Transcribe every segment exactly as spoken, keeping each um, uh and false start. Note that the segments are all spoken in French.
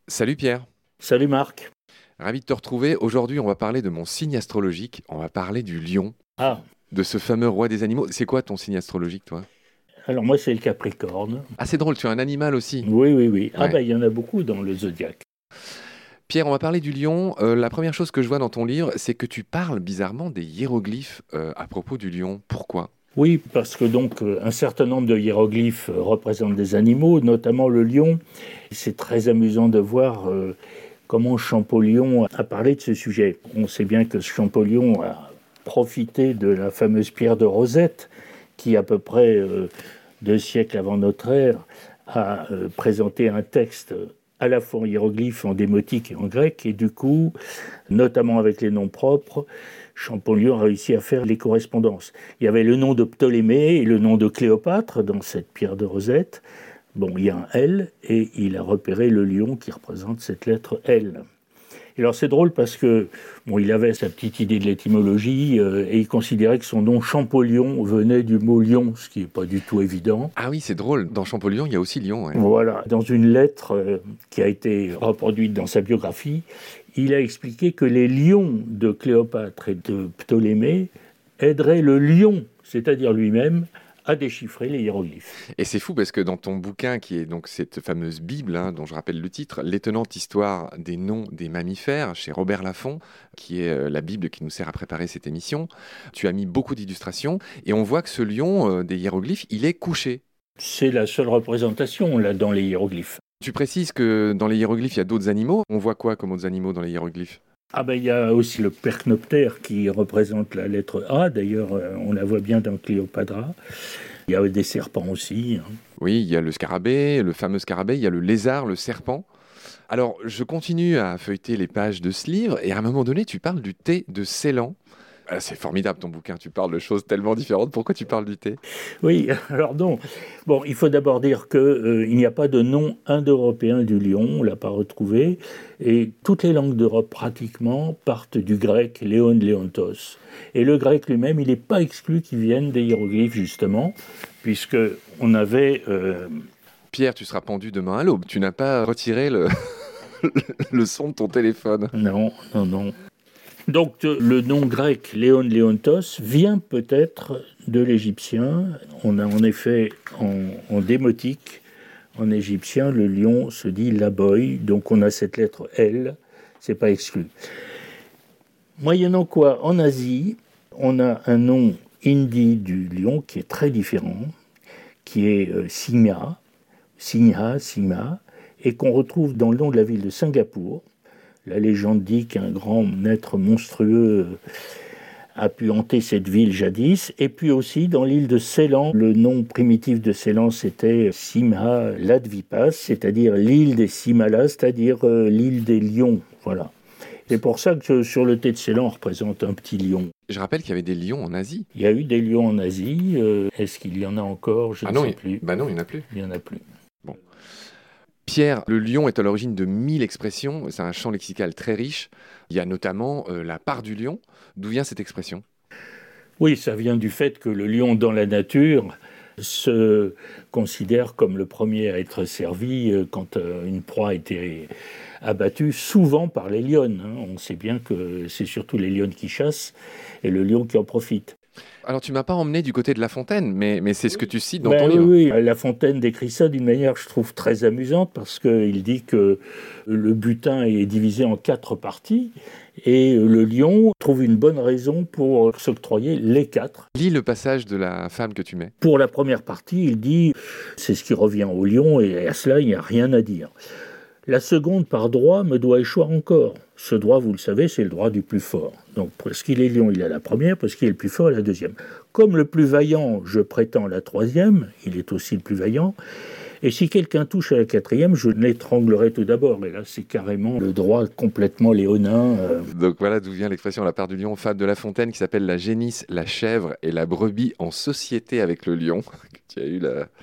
Salut Pierre, Salut Marc. ravi de te retrouver. Aujourd'hui, on va parler de mon signe astrologique. On va parler du lion, Ah, de ce fameux roi des animaux. C'est quoi ton signe astrologique, toi? alors moi c'est le Capricorne. Ah, c'est drôle, tu as un animal aussi. Oui, oui, oui. Ah Ouais. ben il y en a beaucoup dans le zodiaque. Pierre, on va parler du lion. Euh, la première chose que je vois dans ton livre, c'est que tu parles bizarrement des hiéroglyphes euh, à propos du lion. Pourquoi? Oui, parce que donc euh, un certain nombre de hiéroglyphes euh, représentent des animaux, notamment le lion. C'est très amusant de voir euh, comment Champollion a parlé de ce sujet. On sait bien que Champollion a profité de la fameuse pierre de Rosette, qui à peu près euh, deux siècles avant notre ère a euh, présenté un texte à la fois en hiéroglyphe, en démotique et en grec, et du coup, notamment avec les noms propres, Champollion a réussi à faire les correspondances. Il y avait le nom de Ptolémée et le nom de Cléopâtre dans cette pierre de Rosette. Bon, il y a un L, et il a repéré le lion qui représente cette lettre L. Et alors c'est drôle parce que bon, il avait sa petite idée de l'étymologie euh, et il considérait que son nom Champollion venait du mot lion, ce qui n'est pas du tout évident. Ah oui, c'est drôle. Dans Champollion, il y a aussi lion. Ouais. Voilà, dans une lettre euh, qui a été reproduite dans sa biographie, il a expliqué que les lions de Cléopâtre et de Ptolémée aideraient le lion, c'est-à-dire lui-même, à déchiffrer les hiéroglyphes. Et c'est fou parce que dans ton bouquin, qui est donc cette fameuse Bible, hein, dont je rappelle le titre, L'étonnante histoire des noms des mammifères, chez Robert Laffont, qui est euh, la Bible qui nous sert à préparer cette émission, tu as mis beaucoup d'illustrations et on voit que ce lion euh, des hiéroglyphes, il est couché. C'est la seule représentation là dans les hiéroglyphes. Tu précises que dans les hiéroglyphes, il y a d'autres animaux. On voit quoi comme autres animaux dans les hiéroglyphes? Ah ben il y a aussi le percnoptère qui représente la lettre A, d'ailleurs euh, on la voit bien dans Cléopatra. Il y a des serpents aussi. Hein. Oui, il y a le scarabée, le fameux scarabée, il y a le lézard, le serpent. Alors, je continue à feuilleter les pages de ce livre et à un moment donné, tu parles du thé de Ceylan. Ah, c'est formidable ton bouquin, tu parles de choses tellement différentes. Pourquoi tu parles du thé? Oui, alors non. Bon, il faut d'abord dire qu'il euh, n'y a pas de nom indo-européen du lion, on ne l'a pas retrouvé, et toutes les langues d'Europe pratiquement partent du grec léon léontos. Et le grec lui-même, il n'est pas exclu qu'il vienne des hiéroglyphes justement, puisque on avait... euh, Pierre, tu seras pendu demain à l'aube. Tu n'as pas retiré le, le son de ton téléphone. Non, non, non. Donc le nom grec Léon Léontos vient peut-être de l'égyptien. On a en effet en, en démotique, en égyptien, le lion se dit laboy, donc on a cette lettre L, c'est pas exclu. Moyennant quoi, en Asie, on a un nom hindi du lion qui est très différent, qui est euh, Simha, Singha, Sima, et qu'on retrouve dans le nom de la ville de Singapour. La légende dit qu'un grand être monstrueux a pu hanter cette ville jadis. Et puis aussi, dans l'île de Ceylan, le nom primitif de Ceylan, c'était Simha Ladvipas, c'est-à-dire l'île des Simalas, c'est-à-dire euh, l'île des lions. Voilà. C'est pour ça que sur le thé de Ceylan, on représente un petit lion. Je rappelle qu'il y avait des lions en Asie. Il y a eu des lions en Asie. Euh, est-ce qu'il y en a encore? Je ah ne non, sais il... plus. Bah non, il n'y en a plus. Il n'y en a plus. Bon. Pierre, le lion est à l'origine de mille expressions. C'est un champ lexical très riche. Il y a notamment euh, la part du lion. D'où vient cette expression? Oui, ça vient du fait que le lion dans la nature se considère comme le premier à être servi quand une proie a été abattue, souvent par les lionnes. On sait bien que c'est surtout les lionnes qui chassent et le lion qui en profite. Alors, tu m'as pas emmené du côté de La Fontaine, mais, mais c'est ce que tu cites dans Ben ton oui, livre. oui, La Fontaine décrit ça d'une manière que je trouve très amusante parce qu'il dit que le butin est divisé en quatre parties et le lion trouve une bonne raison pour s'octroyer les quatre. Lis le passage de la fable que tu mets. Pour la première partie, il dit c'est ce qui revient au lion et à cela il n'y a rien à dire. La seconde, par droit, me doit échoir encore. Ce droit, vous le savez, c'est le droit du plus fort. Donc, parce qu'il est lion, il a la première, parce qu'il est le plus fort, il a la deuxième. Comme le plus vaillant, je prétends la troisième, il est aussi le plus vaillant. Et si quelqu'un touche à la quatrième, je l'étranglerai tout d'abord. Et là, c'est carrément le droit complètement léonin. Euh... Donc voilà d'où vient l'expression la part du lion, fable de La Fontaine qui s'appelle la génisse, la chèvre et la brebis en société avec le lion. Tu as eu la...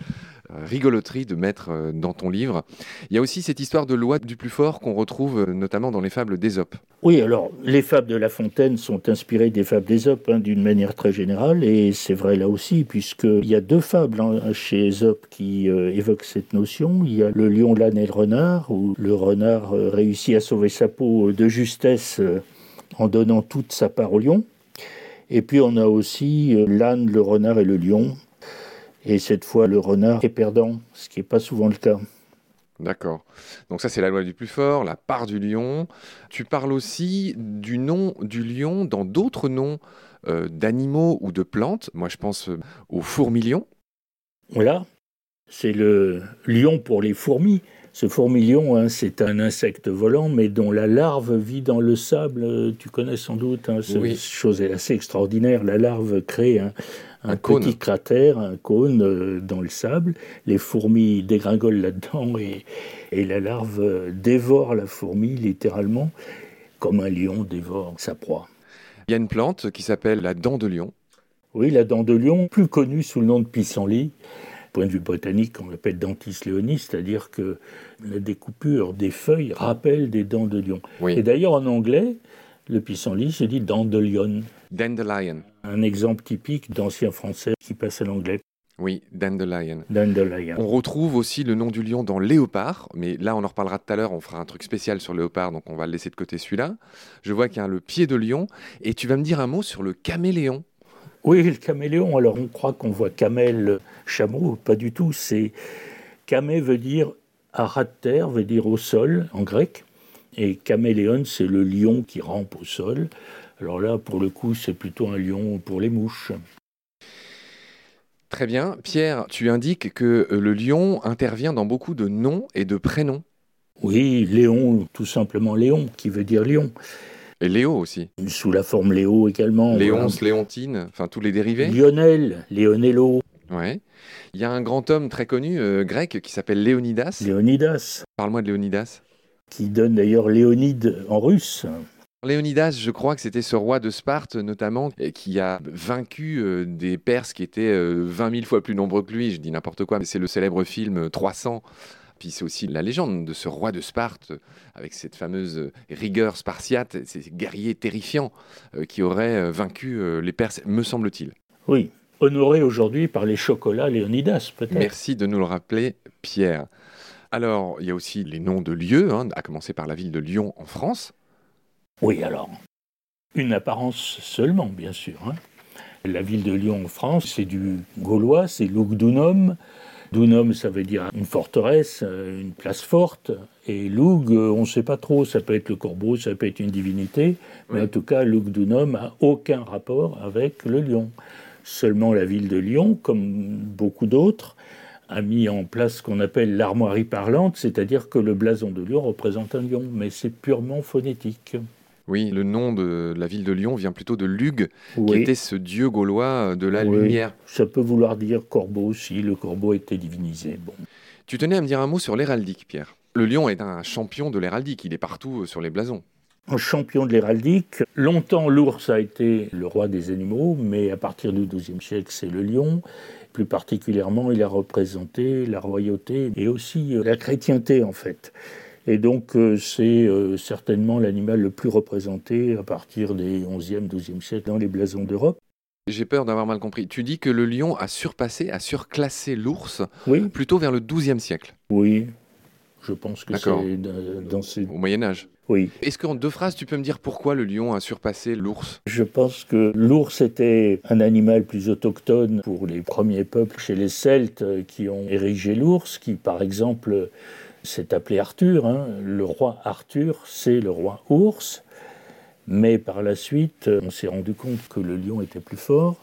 rigoloterie de mettre euh, dans ton livre. Il y a aussi cette histoire de loi du plus fort qu'on retrouve euh, notamment dans les fables d'Ésope. Oui, alors les fables de La Fontaine sont inspirées des fables d'Ésope hein, d'une manière très générale, et c'est vrai là aussi, puisqu'il y a deux fables hein, chez Ésope qui euh, évoquent cette notion. Il y a le lion, l'âne et le renard, où le renard euh, réussit à sauver sa peau de justesse euh, en donnant toute sa part au lion. Et puis on a aussi euh, l'âne, le renard et le lion. Et cette fois, le renard est perdant, ce qui n'est pas souvent le cas. D'accord. Donc ça, c'est la loi du plus fort, la part du lion. Tu parles aussi du nom du lion dans d'autres noms euh, d'animaux ou de plantes. Moi, je pense euh, au fourmilion. Voilà, c'est le lion pour les fourmis. Ce fourmilion, hein, c'est un insecte volant, mais dont la larve vit dans le sable. Tu connais sans doute, hein, cette Oui. chose est assez extraordinaire. La larve crée un, un, Un petit cône. cratère, un cône euh, dans le sable. Les fourmis dégringolent là-dedans et, et la larve dévore la fourmi, littéralement, comme un lion dévore sa proie. Il y a une plante qui s'appelle la dent de lion. Oui, la dent de lion, plus connue sous le nom de pissenlit. Point de vue botanique, on l'appelle Dantis leonis, c'est-à-dire que la découpure des feuilles rappelle des dents de lion. Oui. Et d'ailleurs, en anglais, le pissenlit se dit dent de lion. Dandelion. Un exemple typique d'ancien français qui passe à l'anglais. Oui, dandelion. Dandelion. On retrouve aussi le nom du lion dans léopard, mais là on en reparlera tout à l'heure, on fera un truc spécial sur léopard, donc on va le laisser de côté celui-là. Je vois qu'il y a le pied de lion, et tu vas me dire un mot sur le caméléon. Oui, le caméléon, alors on croit qu'on voit camel, chameau, pas du tout. C'est camé veut dire à ras de terre, veut dire au sol en grec, et caméléon c'est le lion qui rampe au sol. Alors là, pour le coup, c'est plutôt un lion pour les mouches. Très bien. Pierre, tu indiques que le lion intervient dans beaucoup de noms et de prénoms. Oui, Léon, tout simplement Léon, qui veut dire lion. Et Léo aussi. Sous la forme Léo également. Léonce, voilà. Léontine, enfin tous les dérivés. Lionel, Léonello. Ouais. Il y a un grand homme très connu, euh, grec, qui s'appelle Léonidas. Léonidas. Parle-moi de Léonidas. Qui donne d'ailleurs Léonide en russe. Léonidas, je crois que c'était ce roi de Sparte notamment, qui a vaincu euh, des Perses qui étaient euh, vingt mille fois plus nombreux que lui. Je dis n'importe quoi, mais c'est le célèbre film trois cents. Puis c'est aussi la légende de ce roi de Sparte, avec cette fameuse rigueur spartiate, ces guerriers terrifiants euh, qui auraient euh, vaincu euh, les Perses, me semble-t-il. Oui, honoré aujourd'hui par les chocolats Léonidas, peut-être. Merci de nous le rappeler, Pierre. Alors, il y a aussi les noms de lieux, hein, à commencer par la ville de Lyon en France. Oui, alors, une apparence seulement, bien sûr. Hein. La ville de Lyon en France, c'est du gaulois, c'est Lugdunum. Dunum, ça veut dire une forteresse, une place forte. Et Lug, on ne sait pas trop, ça peut être le corbeau, ça peut être une divinité. Mais Oui. en tout cas, Lugdunum n'a aucun rapport avec le lion. Seulement la ville de Lyon, comme beaucoup d'autres, a mis en place ce qu'on appelle l'armoirie parlante, c'est-à-dire que le blason de Lyon représente un lion, mais c'est purement phonétique. Oui, le nom de la ville de Lyon vient plutôt de Lug, Oui. qui était ce dieu gaulois de la Oui. lumière. Ça peut vouloir dire corbeau aussi, le corbeau était divinisé. Bon. Tu tenais à me dire un mot sur l'héraldique, Pierre. Le lion est un champion de l'héraldique, il est partout sur les blasons. Un champion de l'héraldique, longtemps l'ours a été le roi des animaux, mais à partir du douzième siècle, c'est le lion. Plus particulièrement, il a représenté la royauté et aussi la chrétienté, en fait. Et donc, euh, c'est euh, certainement l'animal le plus représenté à partir des onzième, douzième siècle dans les blasons d'Europe. J'ai peur d'avoir mal compris. Tu dis que le lion a surpassé, a surclassé l'ours Oui, plutôt vers le douzième siècle, oui. Je pense que D'accord. c'est dans dans ces... au Moyen-Âge. Oui. Est-ce qu'en deux phrases, tu peux me dire pourquoi le lion a surpassé l'ours? Je pense que l'ours était un animal plus autochtone pour les premiers peuples chez les Celtes qui ont érigé l'ours, qui par exemple s'est appelé Arthur. Hein. Le roi Arthur, c'est le roi ours. Mais par la suite, on s'est rendu compte que le lion était plus fort.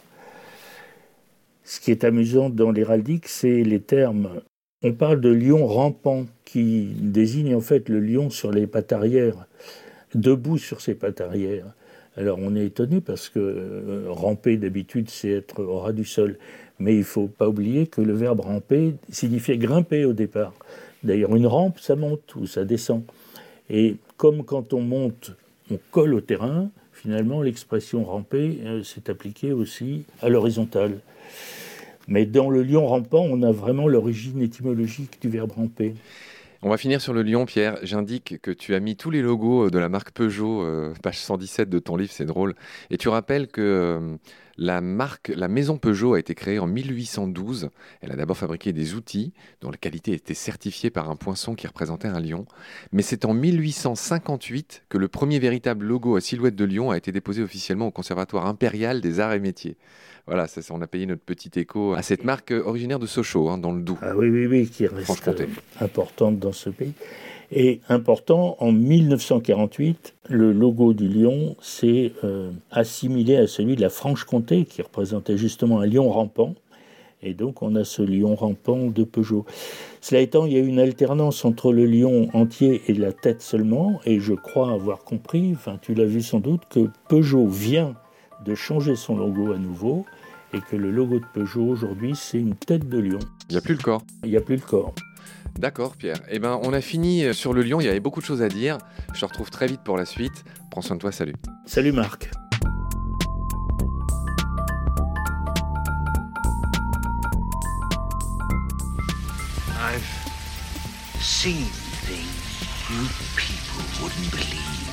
Ce qui est amusant dans l'héraldique, c'est les termes. On parle de lion rampant, qui désigne en fait le lion sur les pattes arrière, debout sur ses pattes arrière. Alors on est étonné parce que euh, ramper d'habitude c'est être au ras du sol. Mais il ne faut pas oublier que le verbe ramper signifiait grimper au départ. D'ailleurs une rampe ça monte ou ça descend. Et comme quand on monte, on colle au terrain, finalement l'expression ramper euh, s'est appliquée aussi à l'horizontale. Mais dans le lion rampant, on a vraiment l'origine étymologique du verbe ramper. On va finir sur le lion, Pierre. J'indique que tu as mis tous les logos de la marque Peugeot, euh, page cent dix-sept de ton livre, c'est drôle. Et tu rappelles que euh, la marque, la maison Peugeot a été créée en mille huit cent douze. Elle a d'abord fabriqué des outils dont la qualité était certifiée par un poinçon qui représentait un lion. Mais c'est en mille huit cent cinquante-huit que le premier véritable logo à silhouette de lion a été déposé officiellement au Conservatoire impérial des arts et métiers. Voilà, ça, ça, on a payé notre petit écho à cette marque originaire de Sochaux, hein, dans le Doubs. Ah oui, oui, oui, qui reste euh, importante dans ce pays. Et important, en mille neuf cent quarante-huit, le logo du lion s'est euh, assimilé à celui de la Franche-Comté, qui représentait justement un lion rampant. Et donc, on a ce lion rampant de Peugeot. Cela étant, il y a eu une alternance entre le lion entier et la tête seulement. Et je crois avoir compris, enfin, tu l'as vu sans doute, que Peugeot vient de changer son logo à nouveau et que le logo de Peugeot aujourd'hui c'est une tête de lion. Il n'y a plus le corps. Il n'y a plus le corps. D'accord Pierre. Eh ben, on a fini sur le lion, il y avait beaucoup de choses à dire. Je te retrouve très vite pour la suite. Prends soin de toi, salut. Salut Marc. I've seen things you people wouldn't believe.